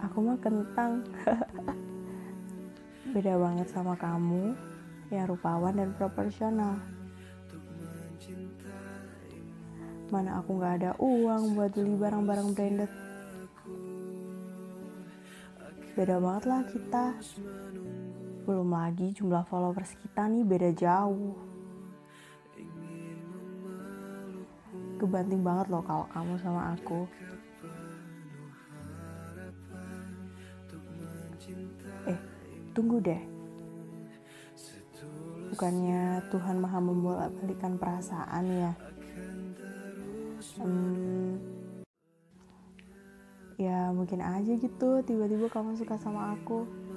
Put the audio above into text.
Aku mah kentang. Beda banget sama kamu yang rupawan dan proporsional. Mana aku gak ada uang buat beli barang-barang branded. Beda banget lah kita. Belum lagi jumlah followers kita nih beda jauh. Kebanting banget loh kalau kamu sama aku. Tunggu deh. Bukannya Tuhan maha membolak-balikan perasaan ya? Ya mungkin aja gitu tiba-tiba kamu suka sama aku.